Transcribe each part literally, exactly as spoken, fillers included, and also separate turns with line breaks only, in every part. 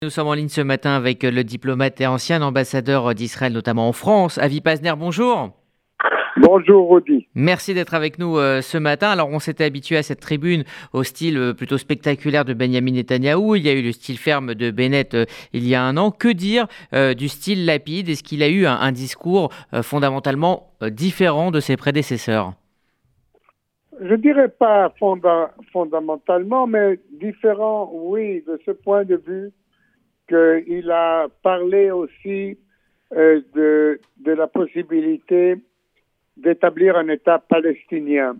Nous sommes en ligne ce matin avec le diplomate et ancien ambassadeur d'Israël, notamment en France, Avi Pazner. Bonjour.
Bonjour Rudy.
Merci d'être avec nous euh, ce matin. Alors, on s'était habitué à cette tribune au style euh, plutôt spectaculaire de Benjamin Netanyahou. Il y a eu le style ferme de Bennett euh, il y a un an. Que dire euh, du style Lapid? Est-ce qu'il a eu un, un discours euh, fondamentalement euh, différent de ses prédécesseurs?
Je dirais pas fonda- fondamentalement, mais différent, oui, de ce point de vue qu'il a parlé aussi euh, de, de la possibilité d'établir un État palestinien.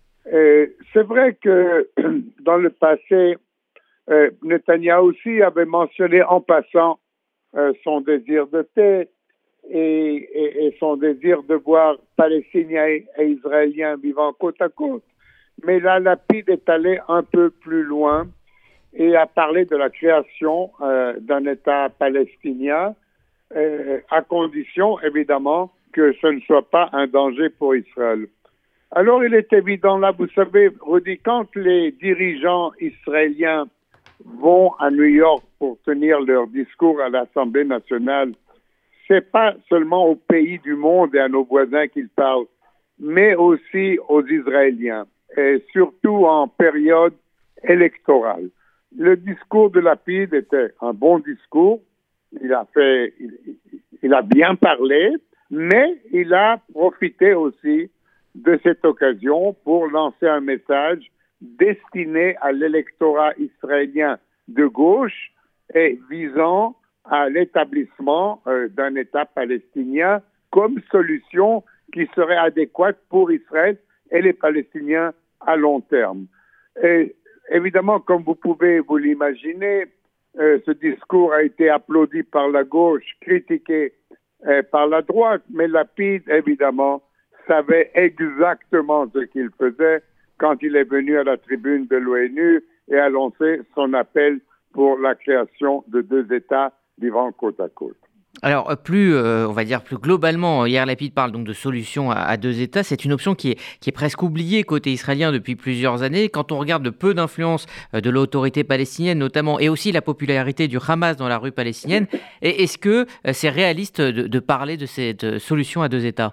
Et c'est vrai que dans le passé, euh, Netanyahou aussi avait mentionné en passant euh, son désir de paix et, et, et son désir de voir Palestiniens et, et Israéliens vivant côte à côte. Mais là, Lapid est allé un peu plus loin et a parlé de la création euh, d'un État palestinien, euh, à condition, évidemment, que ce ne soit pas un danger pour Israël. Alors, il est évident, là, vous savez, Rudy, quand les dirigeants israéliens vont à New York pour tenir leur discours à l'Assemblée nationale, c'est pas seulement aux pays du monde et à nos voisins qu'ils parlent, mais aussi aux Israéliens, et surtout en période électorale. Le discours de Lapid était un bon discours. Il a fait, il, il a bien parlé, mais il a profité aussi de cette occasion pour lancer un message destiné à l'électorat israélien de gauche et visant à l'établissement euh, d'un État palestinien comme solution qui serait adéquate pour Israël et les Palestiniens à long terme. Et évidemment, comme vous pouvez vous l'imaginer, euh, ce discours a été applaudi par la gauche, critiqué euh, par la droite, mais Lapid, évidemment, savait exactement ce qu'il faisait quand il est venu à la tribune de l'ONU et a lancé son appel pour la création de deux États vivant côte à côte.
Alors, plus, euh, on va dire plus globalement, Yair Lapid parle donc de solution à, à deux États. C'est une option qui est, qui est presque oubliée côté israélien depuis plusieurs années. Quand on regarde le peu d'influence euh, de l'autorité palestinienne notamment, et aussi la popularité du Hamas dans la rue palestinienne, et est-ce que euh, c'est réaliste de, de parler de cette solution à deux États?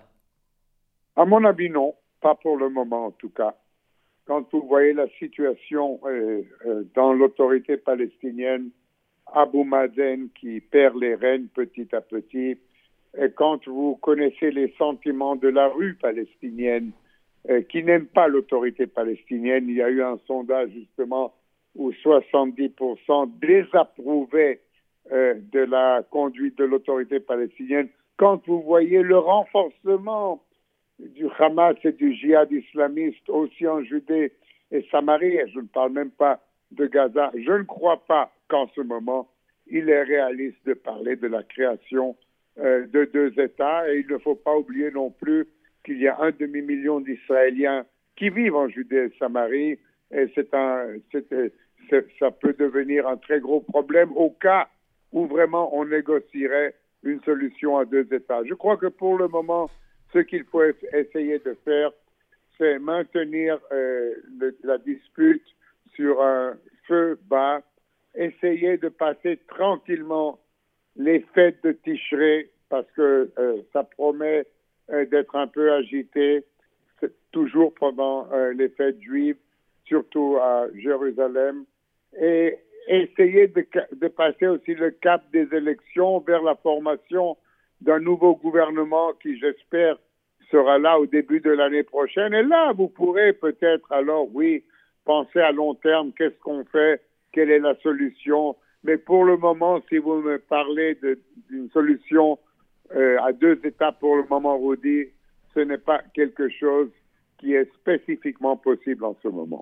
À mon avis, non. Pas pour le moment, en tout cas. Quand vous voyez la situation euh, euh, dans l'autorité palestinienne, Abu Mazen qui perd les rênes petit à petit, et quand vous connaissez les sentiments de la rue palestinienne, euh, qui n'aime pas l'autorité palestinienne, il y a eu un sondage justement où soixante-dix pour cent désapprouvaient euh, de la conduite de l'autorité palestinienne. Quand vous voyez le renforcement du Hamas et du djihad islamiste aussi en Judée et Samarie, et je ne parle même pas de Gaza, je ne crois pas qu'en ce moment, il est réaliste de parler de la création euh, de deux États. Et il ne faut pas oublier non plus qu'il y a un demi-million d'Israéliens qui vivent en Judée et Samarie. Et c'est un, c'est, c'est, ça peut devenir un très gros problème au cas où vraiment on négocierait une solution à deux États. Je crois que pour le moment, ce qu'il faut essayer de faire, c'est maintenir euh, le, la dispute sur un feu bas, essayer de passer tranquillement les fêtes de Tishré, parce que euh, ça promet euh, d'être un peu agité, c'est toujours pendant euh, les fêtes juives, surtout à Jérusalem, et essayer de, de passer aussi le cap des élections vers la formation d'un nouveau gouvernement qui, j'espère, sera là au début de l'année prochaine. Et là, vous pourrez peut-être alors, oui, penser à long terme, qu'est-ce qu'on fait, quelle est la solution. Mais pour le moment, si vous me parlez de, d'une solution euh, à deux États pour le moment, Rudy, ce n'est pas quelque chose qui est spécifiquement possible en ce moment.